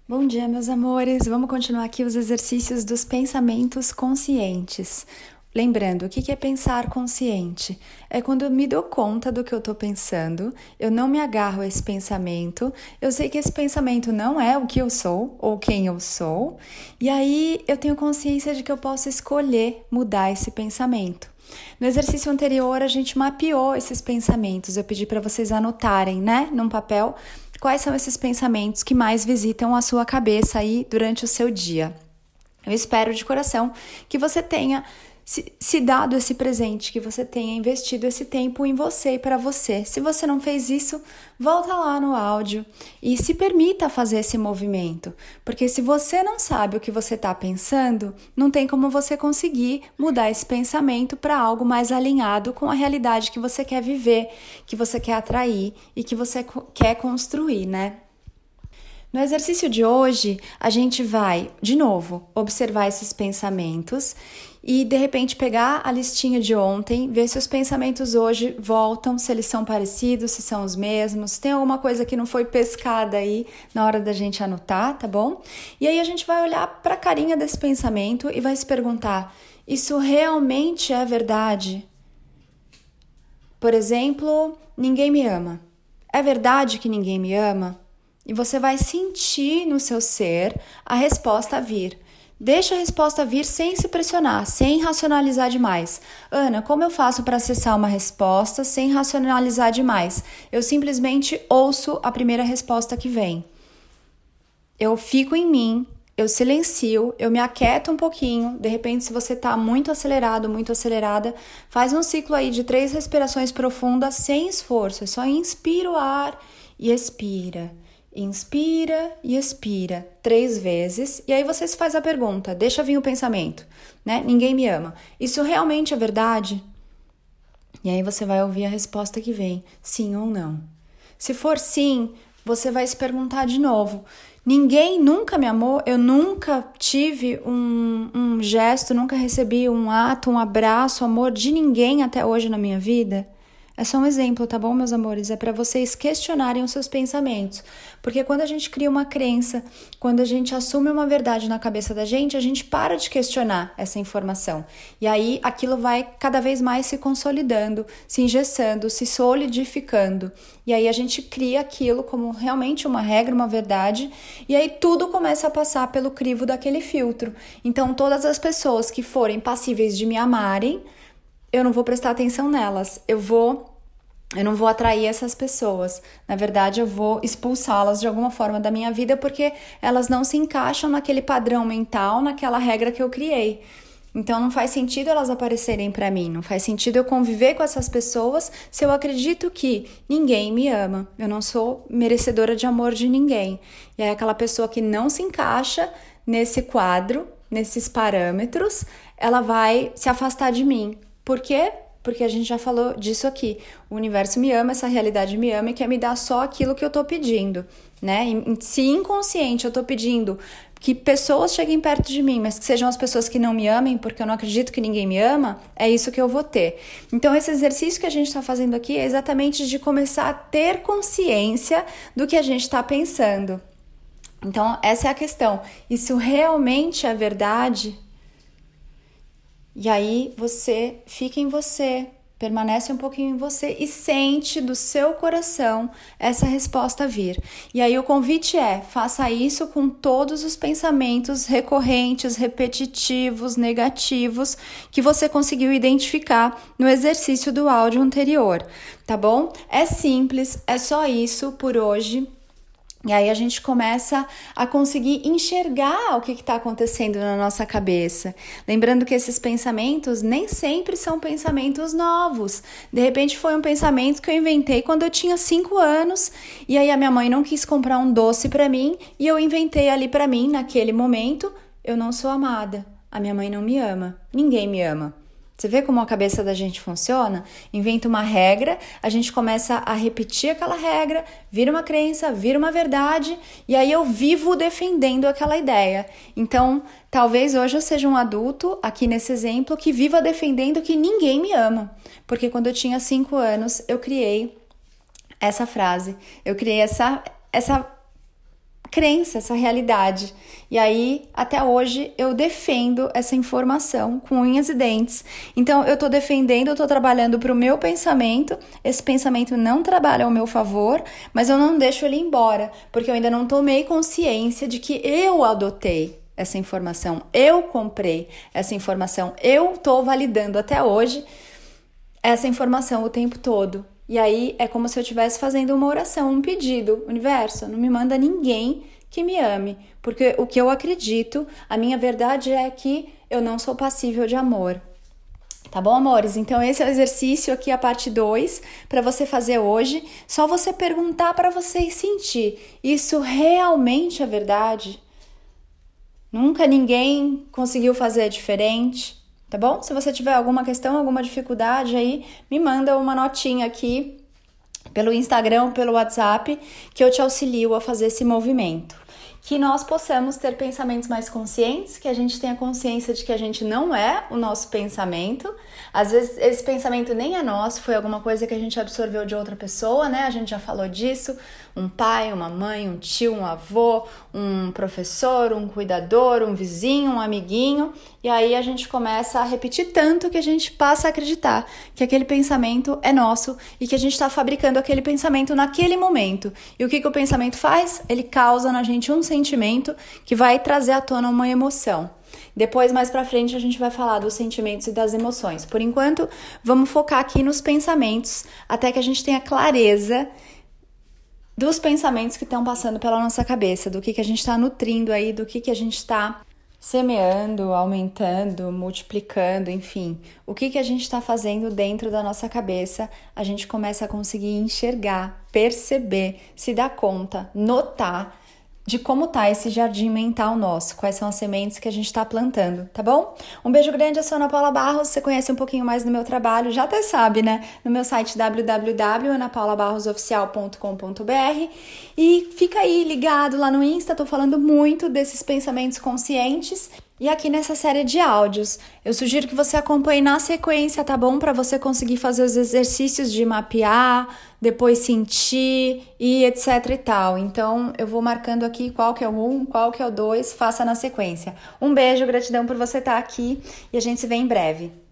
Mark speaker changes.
Speaker 1: Bom dia, meus amores! Vamos continuar aqui os exercícios dos pensamentos conscientes. Lembrando, o que é pensar consciente? É quando eu me dou conta do que eu estou pensando, eu não me agarro a esse pensamento, eu sei que esse pensamento não é o que eu sou ou quem eu sou, e aí eu tenho consciência de que eu posso escolher mudar esse pensamento. No exercício anterior, a gente mapeou esses pensamentos, eu pedi para vocês anotarem, num papel, quais são esses pensamentos que mais visitam a sua cabeça aí durante o seu dia. Eu espero de coração que você tenha se dado esse presente, que você tenha investido esse tempo em você e para você. Se você não fez isso, volta lá no áudio e se permita fazer esse movimento. Porque se você não sabe o que você está pensando, não tem como você conseguir mudar esse pensamento para algo mais alinhado com a realidade que você quer viver, que você quer atrair e que você quer construir, né? No exercício de hoje, a gente vai, de novo, observar esses pensamentos e, de repente, pegar a listinha de ontem, ver se os pensamentos hoje voltam, se eles são parecidos, se são os mesmos, se tem alguma coisa que não foi pescada aí na hora da gente anotar, tá bom? E aí a gente vai olhar para a carinha desse pensamento e vai se perguntar, isso realmente é verdade? Por exemplo, ninguém me ama. É verdade que ninguém me ama? E você vai sentir no seu ser a resposta vir. Deixa a resposta vir sem se pressionar, sem racionalizar demais. Ana, como eu faço para acessar uma resposta sem racionalizar demais? Eu simplesmente ouço a primeira resposta que vem. Eu fico em mim, eu silencio, eu me aquieto um pouquinho. De repente, se você está muito acelerado, muito acelerada, faz um ciclo aí de 3 respirações profundas sem esforço. É só inspira o ar e expira. Inspira e expira 3 vezes e aí você se faz a pergunta, deixa vir o pensamento, né? Ninguém me ama. Isso realmente é verdade? E aí você vai ouvir a resposta que vem, sim ou não. Se for sim, você vai se perguntar de novo, ninguém nunca me amou? Eu nunca tive um gesto, nunca recebi um ato, um abraço, amor de ninguém até hoje na minha vida? É só um exemplo, tá bom, meus amores? É para vocês questionarem os seus pensamentos. Porque quando a gente cria uma crença, quando a gente assume uma verdade na cabeça da gente, a gente para de questionar essa informação. E aí aquilo vai cada vez mais se consolidando, se engessando, se solidificando. E aí a gente cria aquilo como realmente uma regra, uma verdade. E aí tudo começa a passar pelo crivo daquele filtro. Então todas as pessoas que forem passíveis de me amarem, eu não vou prestar atenção nelas, eu não vou atrair essas pessoas. Na verdade, eu vou expulsá-las de alguma forma da minha vida porque elas não se encaixam naquele padrão mental, naquela regra que eu criei. Então, não faz sentido elas aparecerem para mim, não faz sentido eu conviver com essas pessoas se eu acredito que ninguém me ama, eu não sou merecedora de amor de ninguém. E aí, aquela pessoa que não se encaixa nesse quadro, nesses parâmetros, ela vai se afastar de mim. Por quê? Porque a gente já falou disso aqui. O universo me ama, essa realidade me ama e quer me dar só aquilo que eu tô pedindo, né? Se inconsciente eu tô pedindo que pessoas cheguem perto de mim, mas que sejam as pessoas que não me amem, porque eu não acredito que ninguém me ama, é isso que eu vou ter. Então, esse exercício que a gente está fazendo aqui é exatamente de começar a ter consciência do que a gente está pensando. Então, essa é a questão. Isso realmente é verdade? E aí você fica em você, permanece um pouquinho em você e sente do seu coração essa resposta vir. E aí o convite é, faça isso com todos os pensamentos recorrentes, repetitivos, negativos que você conseguiu identificar no exercício do áudio anterior, tá bom? É simples, é só isso por hoje. E aí a gente começa a conseguir enxergar o que está acontecendo na nossa cabeça. Lembrando que esses pensamentos nem sempre são pensamentos novos. De repente foi um pensamento que eu inventei quando eu tinha 5 anos. E aí a minha mãe não quis comprar um doce para mim. E eu inventei ali para mim, naquele momento, eu não sou amada. A minha mãe não me ama. Ninguém me ama. Você vê como a cabeça da gente funciona? Inventa uma regra, a gente começa a repetir aquela regra, vira uma crença, vira uma verdade, e aí eu vivo defendendo aquela ideia. Então, talvez hoje eu seja um adulto, aqui nesse exemplo, que viva defendendo que ninguém me ama. Porque quando eu tinha 5 anos, eu criei essa frase, eu criei essa crença, essa realidade. E aí, até hoje, eu defendo essa informação com unhas e dentes. Então, eu tô defendendo, eu tô trabalhando pro meu pensamento. Esse pensamento não trabalha ao meu favor, mas eu não deixo ele ir embora, porque eu ainda não tomei consciência de que eu adotei essa informação, eu comprei essa informação, eu tô validando até hoje essa informação o tempo todo. E aí, é como se eu estivesse fazendo uma oração, um pedido. Universo, não me manda ninguém que me ame, porque o que eu acredito, a minha verdade é que eu não sou passível de amor. Tá bom, amores? Então esse é o exercício aqui, a parte 2, para você fazer hoje. Só você perguntar para você e sentir, isso realmente é verdade? Nunca ninguém conseguiu fazer diferente, tá bom? Se você tiver alguma questão, alguma dificuldade aí, me manda uma notinha aqui pelo Instagram, pelo WhatsApp, que eu te auxilio a fazer esse movimento. Que nós possamos ter pensamentos mais conscientes, que a gente tenha consciência de que a gente não é o nosso pensamento. Às vezes esse pensamento nem é nosso, foi alguma coisa que a gente absorveu de outra pessoa, né? A gente já falou disso, um pai, uma mãe, um tio, um avô, um professor, um cuidador, um vizinho, um amiguinho. E aí a gente começa a repetir tanto que a gente passa a acreditar que aquele pensamento é nosso e que a gente está fabricando aquele pensamento naquele momento. E o que o pensamento faz? Ele causa na gente um sentimento que vai trazer à tona uma emoção. Depois, mais pra frente, a gente vai falar dos sentimentos e das emoções. Por enquanto, vamos focar aqui nos pensamentos, até que a gente tenha clareza dos pensamentos que estão passando pela nossa cabeça, do que a gente está nutrindo aí, do que a gente está semeando, aumentando, multiplicando, enfim. O que a gente está fazendo dentro da nossa cabeça, a gente começa a conseguir enxergar, perceber, se dar conta, notar de como tá esse jardim mental nosso, quais são as sementes que a gente tá plantando, tá bom? Um beijo grande, eu sou Ana Paula Barros, você conhece um pouquinho mais do meu trabalho, já até sabe, né? No meu site www.anapaulabarrosoficial.com.br e fica aí ligado lá no Insta, tô falando muito desses pensamentos conscientes. E aqui nessa série de áudios, eu sugiro que você acompanhe na sequência, tá bom? Para você conseguir fazer os exercícios de mapear, depois sentir e etc e tal. Então, eu vou marcando aqui qual que é o 1, qual que é o 2, faça na sequência. Um beijo, gratidão por você estar aqui e a gente se vê em breve.